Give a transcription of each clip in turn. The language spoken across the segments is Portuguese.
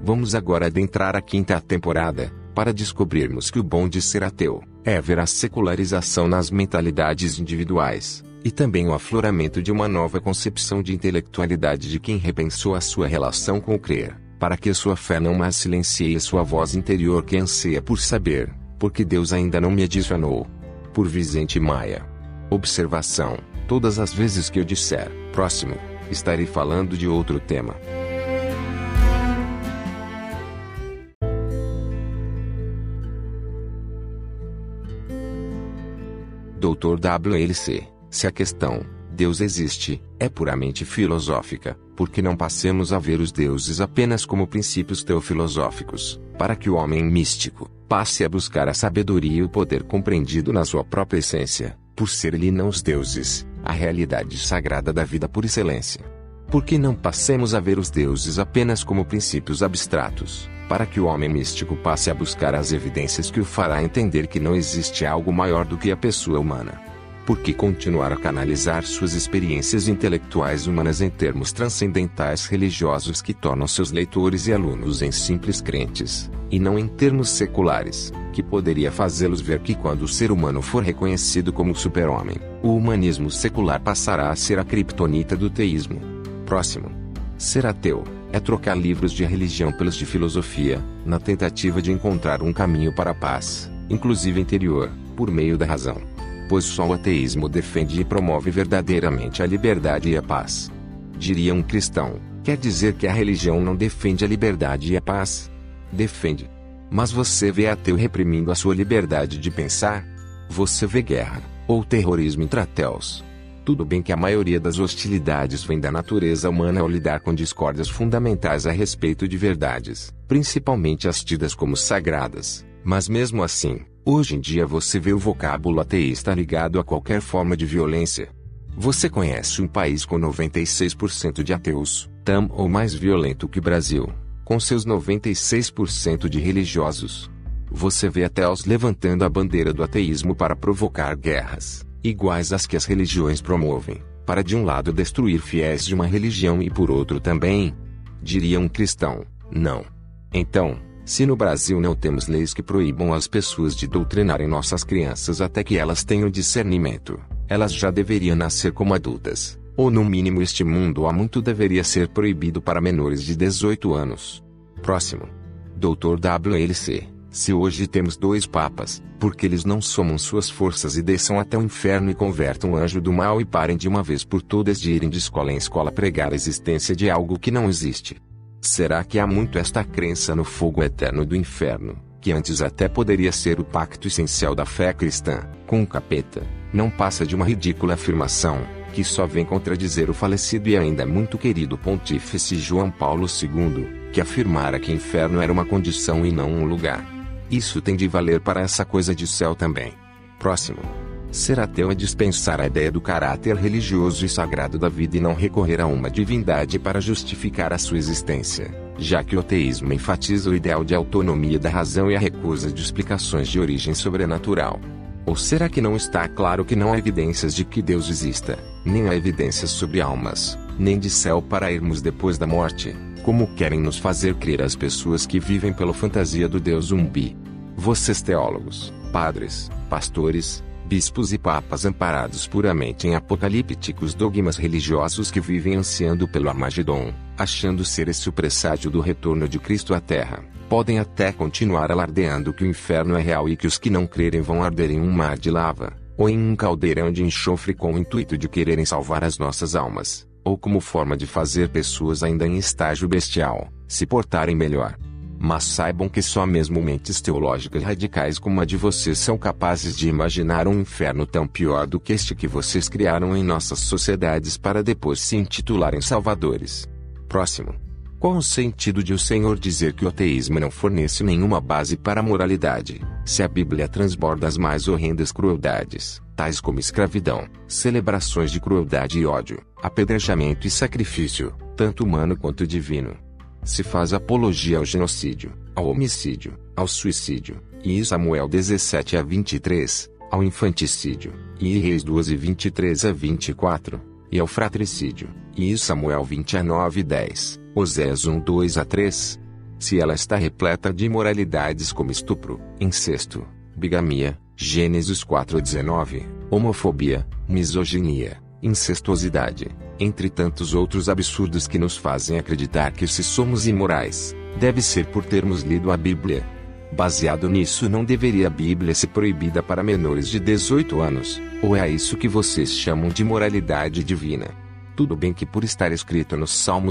Vamos agora adentrar a 5ª temporada, para descobrirmos que o bom de ser ateu é ver a secularização nas mentalidades individuais, e também o afloramento de uma nova concepção de intelectualidade de quem repensou a sua relação com o crer, para que sua fé não mais silencie sua voz interior que anseia por saber, porque Deus ainda não me adicionou. Por Vicente Maia. Observação: todas as vezes que eu disser próximo, estarei falando de outro tema. Dr. WLC, se a questão, Deus existe, é puramente filosófica, por que não passemos a ver os deuses apenas como princípios teofilosóficos, para que o homem místico passe a buscar a sabedoria e o poder compreendido na sua própria essência, por ser ele não os deuses, a realidade sagrada da vida por excelência? Por que não passemos a ver os deuses apenas como princípios abstratos, para que o homem místico passe a buscar as evidências que o fará entender que não existe algo maior do que a pessoa humana? Por que continuar a canalizar suas experiências intelectuais humanas em termos transcendentais religiosos que tornam seus leitores e alunos em simples crentes, e não em termos seculares, que poderia fazê-los ver que quando o ser humano for reconhecido como super-homem, o humanismo secular passará a ser a criptonita do teísmo? Próximo. Ser ateu é trocar livros de religião pelos de filosofia, na tentativa de encontrar um caminho para a paz, inclusive interior, por meio da razão. Pois só o ateísmo defende e promove verdadeiramente a liberdade e a paz. Diria um cristão: quer dizer que a religião não defende a liberdade e a paz? Defende. Mas você vê ateu reprimindo a sua liberdade de pensar? Você vê guerra, ou terrorismo intrateus? Tudo bem que a maioria das hostilidades vem da natureza humana ao lidar com discórdias fundamentais a respeito de verdades, principalmente as tidas como sagradas, mas mesmo assim, hoje em dia você vê o vocábulo ateísta ligado a qualquer forma de violência. Você conhece um país com 96% de ateus, tão ou mais violento que o Brasil, com seus 96% de religiosos? Você vê ateus levantando a bandeira do ateísmo para provocar guerras, iguais às que as religiões promovem, para de um lado destruir fiéis de uma religião e por outro também? Diria um cristão: não. Então, se no Brasil não temos leis que proíbam as pessoas de doutrinarem nossas crianças até que elas tenham discernimento, elas já deveriam nascer como adultas, ou no mínimo este mundo há muito deveria ser proibido para menores de 18 anos. Próximo. Dr. WLC. Se hoje temos 2 papas, porque eles não somam suas forças e desçam até o inferno e convertam o anjo do mal e parem de uma vez por todas de irem de escola em escola pregar a existência de algo que não existe? Será que há muito esta crença no fogo eterno do inferno, que antes até poderia ser o pacto essencial da fé cristã, com o capeta, não passa de uma ridícula afirmação, que só vem contradizer o falecido e ainda muito querido pontífice João Paulo II, que afirmara que inferno era uma condição e não um lugar? Isso tem de valer para essa coisa de céu também. Próximo. Ser ateu é dispensar a ideia do caráter religioso e sagrado da vida e não recorrer a uma divindade para justificar a sua existência, já que o ateísmo enfatiza o ideal de autonomia da razão e a recusa de explicações de origem sobrenatural. Ou será que não está claro que não há evidências de que Deus exista, nem há evidências sobre almas, nem de céu para irmos depois da morte, como querem nos fazer crer as pessoas que vivem pela fantasia do Deus zumbi? Vocês teólogos, padres, pastores, bispos e papas amparados puramente em apocalípticos dogmas religiosos que vivem ansiando pelo Armagedon, achando ser esse o presságio do retorno de Cristo à Terra, podem até continuar alardeando que o inferno é real e que os que não crerem vão arder em um mar de lava, ou em um caldeirão de enxofre com o intuito de quererem salvar as nossas almas, ou como forma de fazer pessoas ainda em estágio bestial se portarem melhor. Mas saibam que só mesmo mentes teológicas radicais como a de vocês são capazes de imaginar um inferno tão pior do que este que vocês criaram em nossas sociedades para depois se intitularem salvadores. Próximo. Qual o sentido de o Senhor dizer que o ateísmo não fornece nenhuma base para a moralidade, se a Bíblia transborda as mais horrendas crueldades, tais como escravidão, celebrações de crueldade e ódio, apedrejamento e sacrifício, tanto humano quanto divino? Se faz apologia ao genocídio, ao homicídio, ao suicídio, e Samuel 17:23, ao infanticídio, e Reis 12:23-24, e ao fratricídio, e Samuel 29:10, Oséias 1:2-3. se ela está repleta de imoralidades como estupro, incesto, bigamia, Gênesis 4:19, homofobia, misoginia, incestuosidade, entre tantos outros absurdos que nos fazem acreditar que se somos imorais, deve ser por termos lido a Bíblia. Baseado nisso, não deveria a Bíblia ser proibida para menores de 18 anos, ou é isso que vocês chamam de moralidade divina? Tudo bem que por estar escrito no Salmo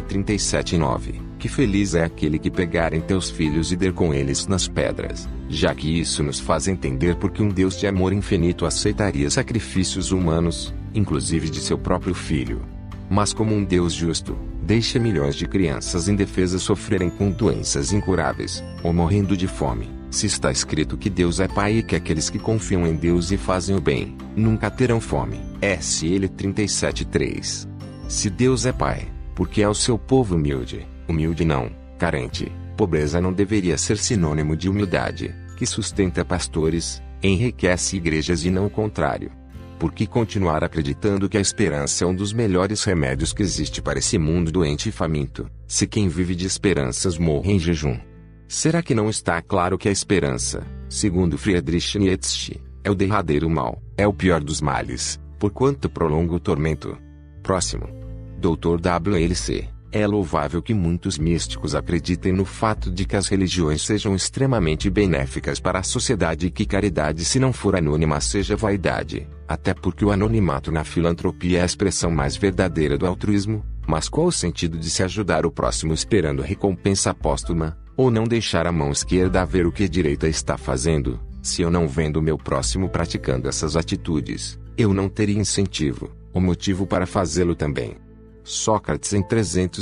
137:9, que feliz é aquele que pegar em teus filhos e der com eles nas pedras, já que isso nos faz entender porque um Deus de amor infinito aceitaria sacrifícios humanos, inclusive de seu próprio filho. Mas como um Deus justo, deixa milhões de crianças indefesas sofrerem com doenças incuráveis, ou morrendo de fome. Se está escrito que Deus é Pai e que aqueles que confiam em Deus e fazem o bem, nunca terão fome. SL 37:3. Se Deus é Pai, porque é o seu povo humilde, humilde não, carente, pobreza não deveria ser sinônimo de humildade, que sustenta pastores, enriquece igrejas e não o contrário. Por que continuar acreditando que a esperança é um dos melhores remédios que existe para esse mundo doente e faminto, se quem vive de esperanças morre em jejum? Será que não está claro que a esperança, segundo Friedrich Nietzsche, é o derradeiro mal, é o pior dos males, porquanto prolonga o tormento? Próximo. Dr. WLC. É louvável que muitos místicos acreditem no fato de que as religiões sejam extremamente benéficas para a sociedade e que caridade, se não for anônima, seja vaidade, até porque o anonimato na filantropia é a expressão mais verdadeira do altruísmo. Mas qual o sentido de se ajudar o próximo esperando recompensa póstuma, ou não deixar a mão esquerda ver o que a direita está fazendo? Se eu não vendo o meu próximo praticando essas atitudes, eu não teria incentivo, ou motivo para fazê-lo também. Sócrates em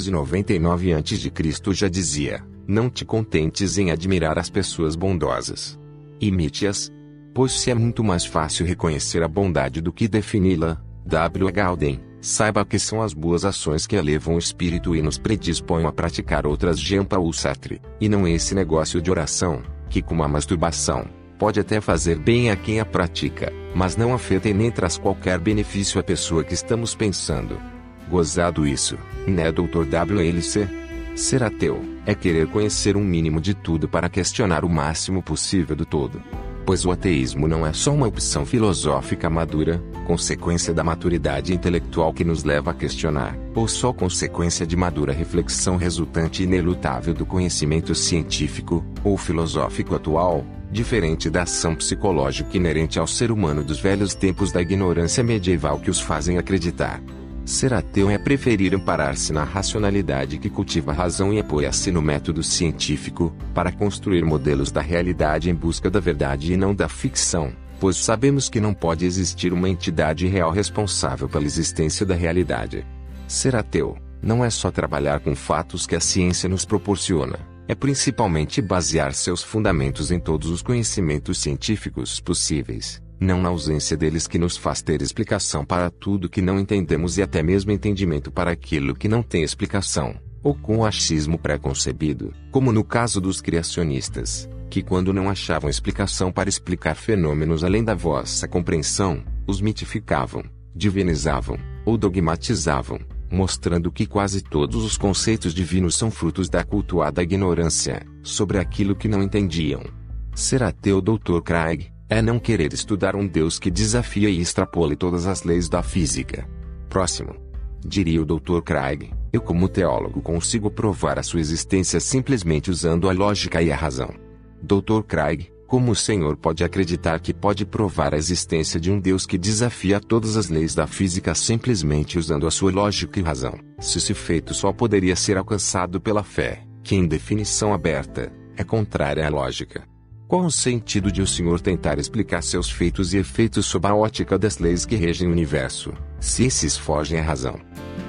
399 a.C. já dizia: não te contentes em admirar as pessoas bondosas. Imite-as. Pois se é muito mais fácil reconhecer a bondade do que defini-la. W. Gauden. Saiba que são as boas ações que elevam o espírito e nos predispõem a praticar outras. Jean Paul Sartre. E não esse negócio de oração, que como a masturbação, pode até fazer bem a quem a pratica, mas não afeta e nem traz qualquer benefício à pessoa que estamos pensando. Gozado isso, né, Dr. WLC? Ser ateu é querer conhecer um mínimo de tudo para questionar o máximo possível do todo. Pois o ateísmo não é só uma opção filosófica madura, consequência da maturidade intelectual que nos leva a questionar, ou só consequência de madura reflexão resultante inelutável do conhecimento científico, ou filosófico atual, diferente da ação psicológica inerente ao ser humano dos velhos tempos da ignorância medieval que os fazem acreditar. Ser ateu é preferir amparar-se na racionalidade que cultiva a razão e apoia-se no método científico, para construir modelos da realidade em busca da verdade e não da ficção, pois sabemos que não pode existir uma entidade real responsável pela existência da realidade. Ser ateu não é só trabalhar com fatos que a ciência nos proporciona, é principalmente basear seus fundamentos em todos os conhecimentos científicos possíveis. Não na ausência deles que nos faz ter explicação para tudo que não entendemos e até mesmo entendimento para aquilo que não tem explicação, ou com o achismo pré-concebido, como no caso dos criacionistas, que quando não achavam explicação para explicar fenômenos além da vossa compreensão, os mitificavam, divinizavam, ou dogmatizavam, mostrando que quase todos os conceitos divinos são frutos da cultuada ignorância, sobre aquilo que não entendiam. Ser ateu, Dr. Craig, é não querer estudar um Deus que desafia e extrapole todas as leis da física. Próximo. Diria o Dr. Craig, eu como teólogo consigo provar a sua existência simplesmente usando a lógica e a razão. Dr. Craig, como o senhor pode acreditar que pode provar a existência de um Deus que desafia todas as leis da física simplesmente usando a sua lógica e razão, se esse feito só poderia ser alcançado pela fé, que em definição aberta, é contrária à lógica? Qual o sentido de o senhor tentar explicar seus feitos e efeitos sob a ótica das leis que regem o universo, se esses fogem à razão?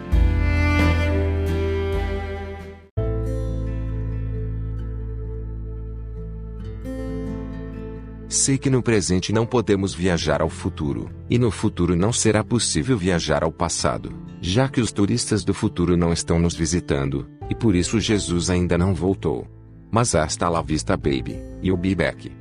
Sei que no presente não podemos viajar ao futuro, e no futuro não será possível viajar ao passado, já que os turistas do futuro não estão nos visitando, e por isso Jesus ainda não voltou. Mas hasta la vista baby, you'll be back.